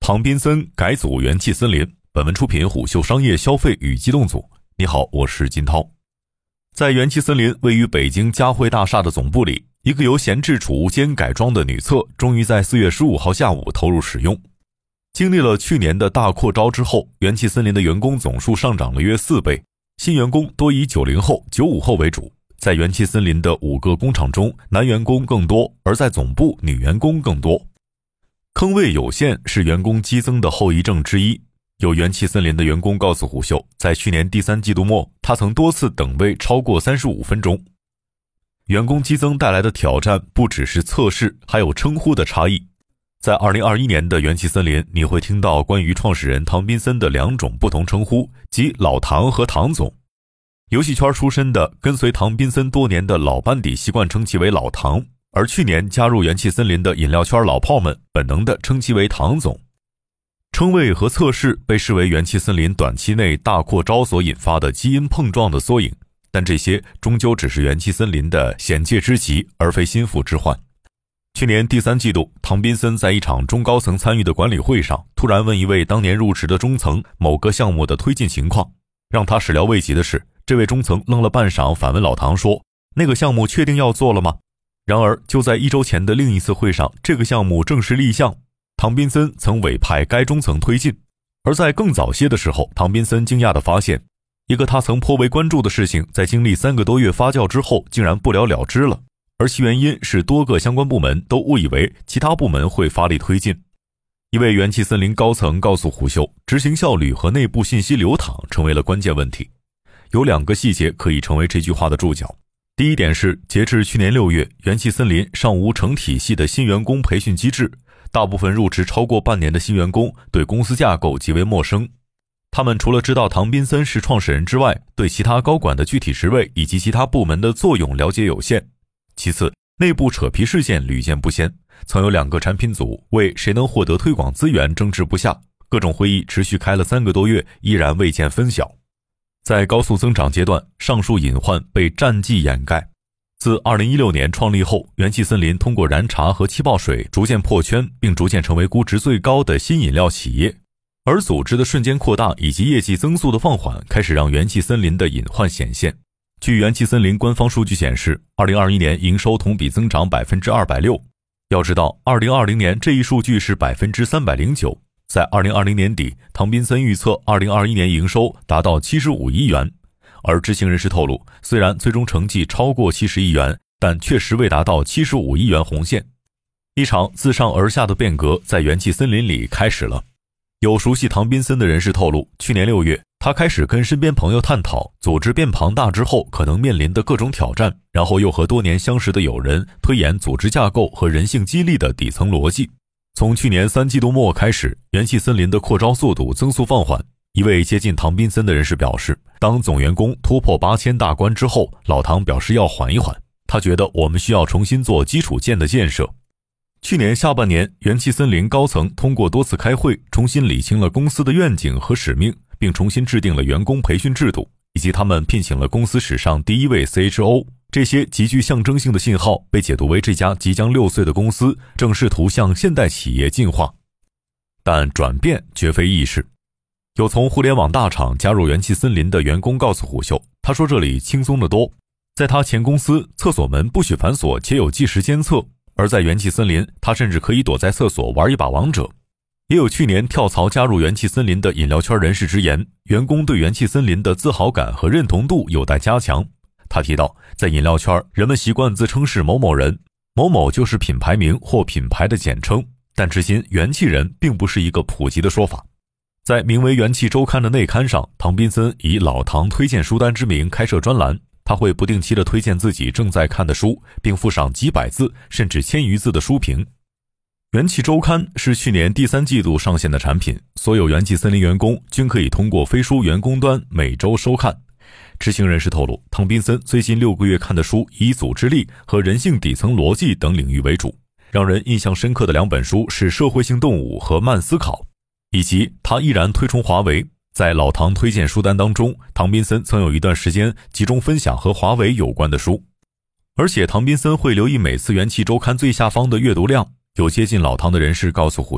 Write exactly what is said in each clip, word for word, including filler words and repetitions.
唐宾森改组元气森林。本文出品虎嗅商业消费与机动组。你好，我是金涛。在元气森林位于北京嘉汇大厦的总部里，一个由闲置储物间改装的女厕终于在四月十五号下午投入使用。经历了去年的大扩招之后，元气森林的员工总数上涨了约四倍，新员工多以九零后、九五后为主。在元气森林的五个工厂中，男员工更多，而在总部女员工更多。坑位有限是员工激增的后遗症之一。有元气森林的员工告诉虎嗅，在去年第三季度末，他曾多次等位超过三十五分钟。员工激增带来的挑战不只是测试，还有称呼的差异。在二零二一年的元气森林，你会听到关于创始人唐宾森的两种不同称呼，即老唐和唐总。游戏圈出身的跟随唐宾森多年的老班底习惯称其为老唐，而去年加入元气森林的饮料圈老炮们本能地称其为唐总。称谓和测试被视为元气森林短期内大扩招所引发的基因碰撞的缩影，但这些终究只是元气森林的险界之疾，而非心腹之患。去年第三季度，唐宾森在一场中高层参与的管理会上，突然问一位当年入职的中层某个项目的推进情况。让他始料未及的是，这位中层愣了半晌，反问老唐说：“那个项目确定要做了吗？”然而就在一周前的另一次会上，这个项目正式立项。唐宾森曾委派该中层推进，而在更早些的时候，唐宾森惊讶地发现，一个他曾颇为关注的事情，在经历三个多月发酵之后，竟然不了了之了，而其原因是多个相关部门都误以为其他部门会发力推进。一位元气森林高层告诉虎嗅，执行效率和内部信息流淌成为了关键问题。有两个细节可以成为这句话的注脚。第一点是，截至去年六月，元气森林尚无成体系的新员工培训机制，大部分入职超过半年的新员工对公司架构极为陌生。他们除了知道唐宾森是创始人之外，对其他高管的具体职位以及其他部门的作用了解有限。其次，内部扯皮事件屡见不鲜，曾有两个产品组为谁能获得推广资源争执不下，各种会议持续开了三个多月，依然未见分晓。在高速增长阶段，上述隐患被战绩掩盖。自二零一六年创立后，元气森林通过燃茶和气泡水逐渐破圈，并逐渐成为估值最高的新饮料企业。而组织的瞬间扩大以及业绩增速的放缓，开始让元气森林的隐患显现。据元气森林官方数据显示，二零二一年营收同比增长 百分之二百六十。要知道，二零二零年这一数据是 百分之三百零九。在二零二零年底，唐宾森预测二零二一年营收达到七十五亿元。而知情人士透露，虽然最终成绩超过七十亿元，但确实未达到七十五亿元红线。一场自上而下的变革在元气森林里开始了。有熟悉唐宾森的人士透露，去年六月，他开始跟身边朋友探讨组织变庞大之后可能面临的各种挑战，然后又和多年相识的友人推演组织架构和人性激励的底层逻辑。从去年三季度末开始，元气森林的扩招速度增速放缓。一位接近唐宾森的人士表示，当总员工突破八千大关之后，老唐表示要缓一缓，他觉得我们需要重新做基础建的建设。去年下半年，元气森林高层通过多次开会，重新理清了公司的愿景和使命，并重新制定了员工培训制度，以及他们聘请了公司史上第一位 C H O。 这些极具象征性的信号被解读为这家即将六岁的公司正试图向现代企业进化。但转变绝非易事。有从互联网大厂加入元气森林的员工告诉虎嗅，他说这里轻松得多。在他前公司，厕所门不许反锁且有计时监测，而在元气森林，他甚至可以躲在厕所玩一把王者。也有去年跳槽加入元气森林的饮料圈人士直言，员工对元气森林的自豪感和认同度有待加强。他提到，在饮料圈，人们习惯自称是某某人，某某就是品牌名或品牌的简称，但至今元气人并不是一个普及的说法。在名为元气周刊的内刊上，唐宾森以老唐推荐书单之名开设专栏，他会不定期地推荐自己正在看的书，并附上几百字甚至千余字的书评。元气周刊是去年第三季度上线的产品，所有元气森林员工均可以通过飞书员工端每周收看。知情人士透露，唐宾森最近六个月看的书以组织力和人性底层逻辑等领域为主，让人印象深刻的两本书是《社会性动物》和《慢思考》。以及他依然推崇华为。在老唐推荐书单当中，唐宾森曾有一段时间集中分享和华为有关的书。而且唐宾森会留意每次元气周刊最下方的阅读量，有接近老唐的人士告诉虎嗅，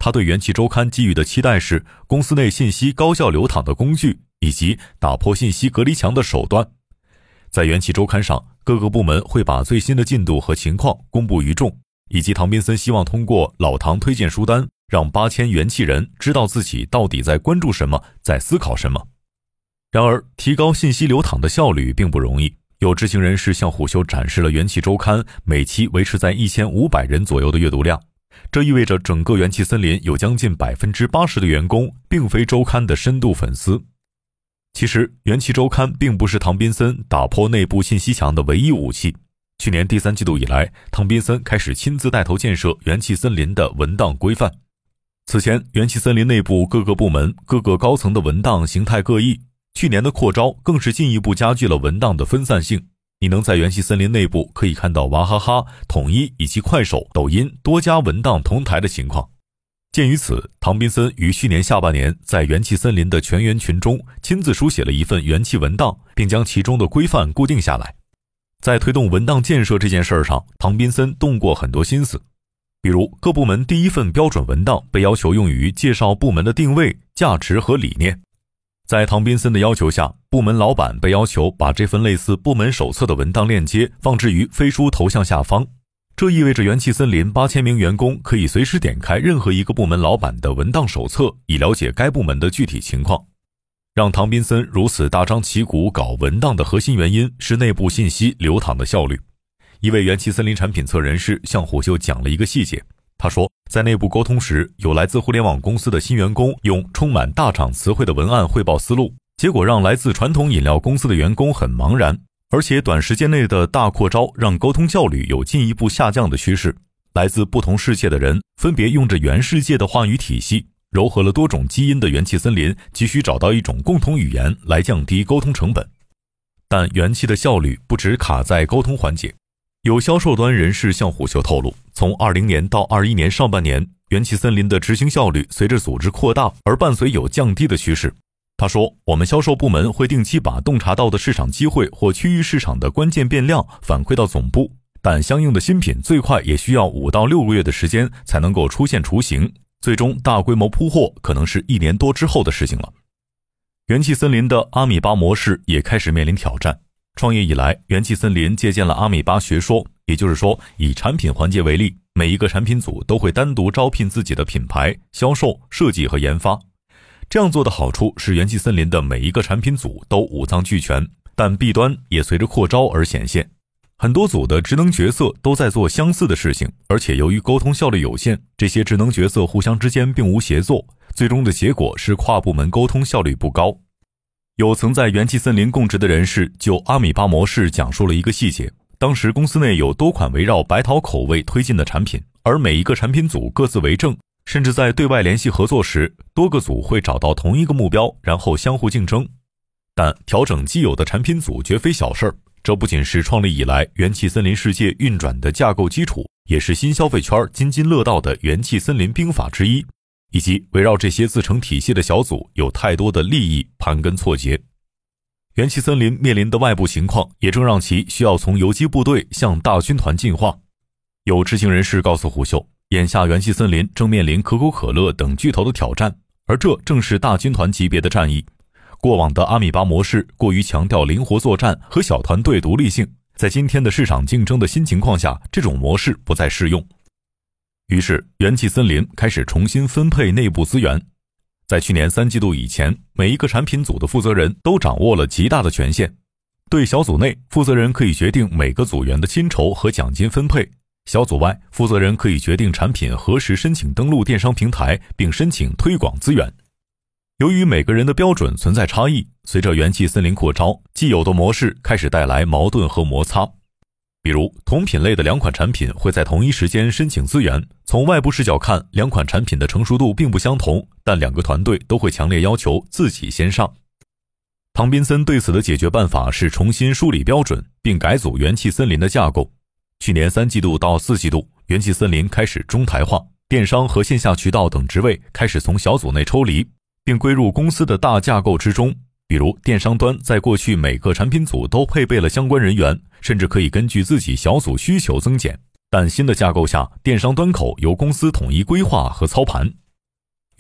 他对元气周刊寄予的期待是公司内信息高效流淌的工具，以及打破信息隔离墙的手段。在元气周刊上，各个部门会把最新的进度和情况公布于众，以及唐宾森希望通过老唐推荐书单，让八千元气人知道自己到底在关注什么，在思考什么。然而，提高信息流淌的效率并不容易。有知情人士向虎嗅展示了元气周刊每期维持在一千五百人左右的阅读量，这意味着整个元气森林有将近 百分之八十 的员工并非周刊的深度粉丝。其实，元气周刊并不是唐宾森打破内部信息墙的唯一武器。去年第三季度以来，唐宾森开始亲自带头建设元气森林的文档规范。此前，元气森林内部各个部门、各个高层的文档形态各异，去年的扩招更是进一步加剧了文档的分散性。你能在元气森林内部可以看到娃哈哈、统一以及快手、抖音多家文档同台的情况。鉴于此，唐宾森于去年下半年在元气森林的全员群中亲自书写了一份元气文档，并将其中的规范固定下来。在推动文档建设这件事上，唐宾森动过很多心思。比如，各部门第一份标准文档被要求用于介绍部门的定位、价值和理念。在唐宾森的要求下，部门老板被要求把这份类似部门手册的文档链接放置于飞书头像下方。这意味着元气森林八千名员工可以随时点开任何一个部门老板的文档手册，以了解该部门的具体情况。让唐宾森如此大张旗鼓搞文档的核心原因是内部信息流淌的效率。一位元气森林产品侧人士向虎嗅讲了一个细节，他说，在内部沟通时，有来自互联网公司的新员工用充满大厂词汇的文案汇报思路，结果让来自传统饮料公司的员工很茫然。而且短时间内的大扩招让沟通效率有进一步下降的趋势。来自不同世界的人分别用着原世界的话语体系，糅合了多种基因的元气森林急需找到一种共同语言来降低沟通成本。但元气的效率不只卡在沟通环节。有销售端人士向虎嗅透露，从二十年到二十一年上半年，元气森林的执行效率随着组织扩大而伴随有降低的趋势。他说，我们销售部门会定期把洞察到的市场机会或区域市场的关键变量反馈到总部，但相应的新品最快也需要五到六个月的时间才能够出现雏形，最终大规模铺货可能是一年多之后的事情了。元气森林的阿米巴模式也开始面临挑战。创业以来，元气森林借鉴了阿米巴学说，也就是说，以产品环节为例，每一个产品组都会单独招聘自己的品牌、销售、设计和研发。这样做的好处是元气森林的每一个产品组都五脏俱全，但弊端也随着扩招而显现。很多组的职能角色都在做相似的事情，而且由于沟通效率有限，这些职能角色互相之间并无协作，最终的结果是跨部门沟通效率不高。有曾在元气森林供职的人士就阿米巴模式讲述了一个细节，当时公司内有多款围绕白桃口味推进的产品，而每一个产品组各自为政，甚至在对外联系合作时，多个组会找到同一个目标，然后相互竞争。但调整既有的产品组绝非小事儿，这不仅是创立以来元气森林世界运转的架构基础，也是新消费圈津津乐道的元气森林兵法之一，以及围绕这些自成体系的小组有太多的利益盘根错节。元气森林面临的外部情况也正让其需要从游击部队向大军团进化。有知情人士告诉虎嗅，眼下元气森林正面临可口可乐等巨头的挑战，而这正是大军团级别的战役。过往的阿米巴模式过于强调灵活作战和小团队独立性，在今天的市场竞争的新情况下，这种模式不再适用。于是元气森林开始重新分配内部资源。在去年三季度以前，每一个产品组的负责人都掌握了极大的权限。对小组内，负责人可以决定每个组员的薪酬和奖金分配；小组外，负责人可以决定产品何时申请登录电商平台，并申请推广资源。由于每个人的标准存在差异，随着元气森林扩招，既有的模式开始带来矛盾和摩擦。比如，同品类的两款产品会在同一时间申请资源，从外部视角看，两款产品的成熟度并不相同，但两个团队都会强烈要求自己先上。唐宾森对此的解决办法是重新梳理标准，并改组元气森林的架构。去年三季度到四季度，元气森林开始中台化，电商和线下渠道等职位开始从小组内抽离，并归入公司的大架构之中。比如电商端在过去每个产品组都配备了相关人员，甚至可以根据自己小组需求增减，但新的架构下，电商端口由公司统一规划和操盘。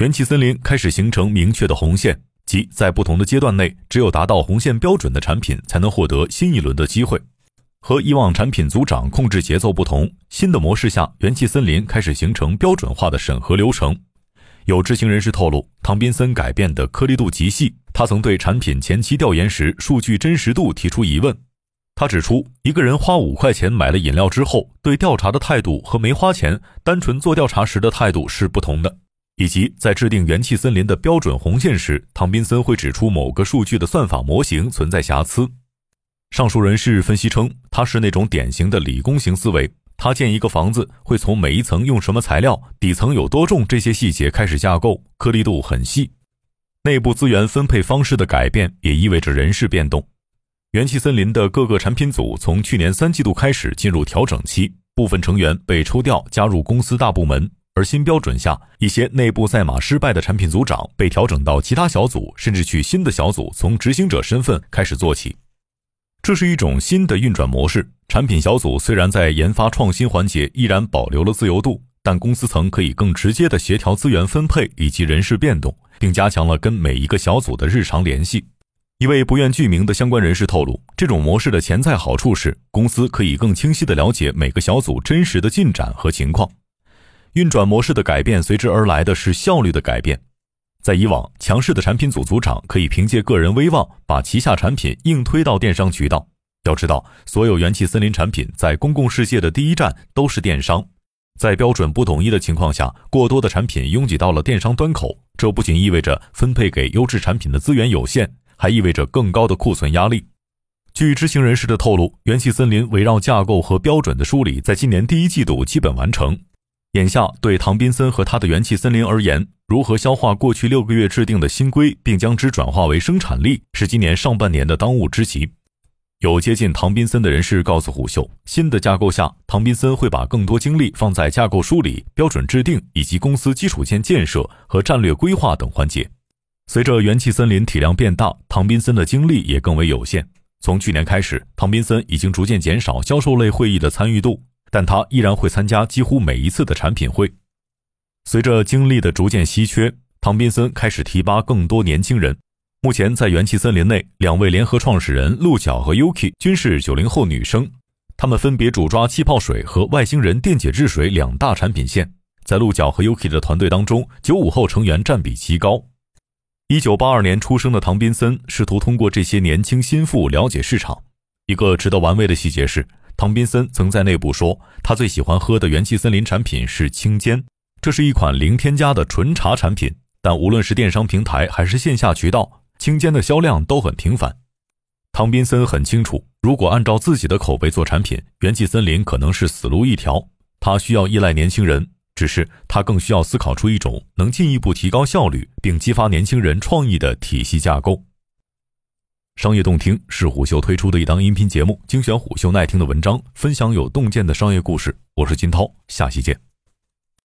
元气森林开始形成明确的红线，即在不同的阶段内，只有达到红线标准的产品才能获得新一轮的机会。和以往产品组长控制节奏不同，新的模式下，元气森林开始形成标准化的审核流程。有知情人士透露，唐宾森改变的颗粒度极细，他曾对产品前期调研时数据真实度提出疑问。他指出，一个人花五块钱买了饮料之后，对调查的态度和没花钱单纯做调查时的态度是不同的，以及在制定元气森林的标准红线时，唐宾森会指出某个数据的算法模型存在瑕疵。上述人士分析称，他是那种典型的理工型思维，他建一个房子会从每一层用什么材料、底层有多重这些细节开始架构，颗粒度很细。内部资源分配方式的改变也意味着人事变动。元气森林的各个产品组从去年三季度开始进入调整期，部分成员被抽调加入公司大部门，而新标准下，一些内部赛马失败的产品组长被调整到其他小组，甚至去新的小组从执行者身份开始做起。这是一种新的运转模式，产品小组虽然在研发创新环节依然保留了自由度，但公司层可以更直接地协调资源分配以及人事变动，并加强了跟每一个小组的日常联系。一位不愿具名的相关人士透露，这种模式的潜在好处是，公司可以更清晰地了解每个小组真实的进展和情况。运转模式的改变随之而来的是效率的改变。在以往，强势的产品组组长可以凭借个人威望把旗下产品硬推到电商渠道。要知道，所有元气森林产品在公共世界的第一站都是电商。在标准不统一的情况下，过多的产品拥挤到了电商端口，这不仅意味着分配给优质产品的资源有限，还意味着更高的库存压力。据知情人士的透露，元气森林围绕架构和标准的梳理在今年第一季度基本完成。眼下对唐宾森和他的元气森林而言，如何消化过去六个月制定的新规并将之转化为生产力，是今年上半年的当务之急。有接近唐宾森的人士告诉虎嗅，新的架构下，唐宾森会把更多精力放在架构梳理、标准制定以及公司基础建建设和战略规划等环节。随着元气森林体量变大，唐宾森的精力也更为有限。从去年开始，唐宾森已经逐渐减少销售类会议的参与度，但他依然会参加几乎每一次的产品会。随着精力的逐渐稀缺，唐宾森开始提拔更多年轻人。目前在元气森林内，两位联合创始人鹿角和 Yuki 均是九零后女生，她们分别主抓气泡水和外星人电解质水两大产品线。在鹿角和 Yuki 的团队当中，九五后成员占比极高。一九八二年出生的唐宾森试图通过这些年轻心腹了解市场。一个值得玩味的细节是，唐宾森曾在内部说，他最喜欢喝的元气森林产品是青尖，这是一款零添加的纯茶产品，但无论是电商平台还是线下渠道，青尖的销量都很平凡。唐宾森很清楚，如果按照自己的口碑做产品，元气森林可能是死路一条。他需要依赖年轻人，只是他更需要思考出一种能进一步提高效率并激发年轻人创意的体系架构。商业洞听是虎嗅推出的一档音频节目，精选虎嗅耐听的文章，分享有洞见的商业故事。我是金涛，下期见。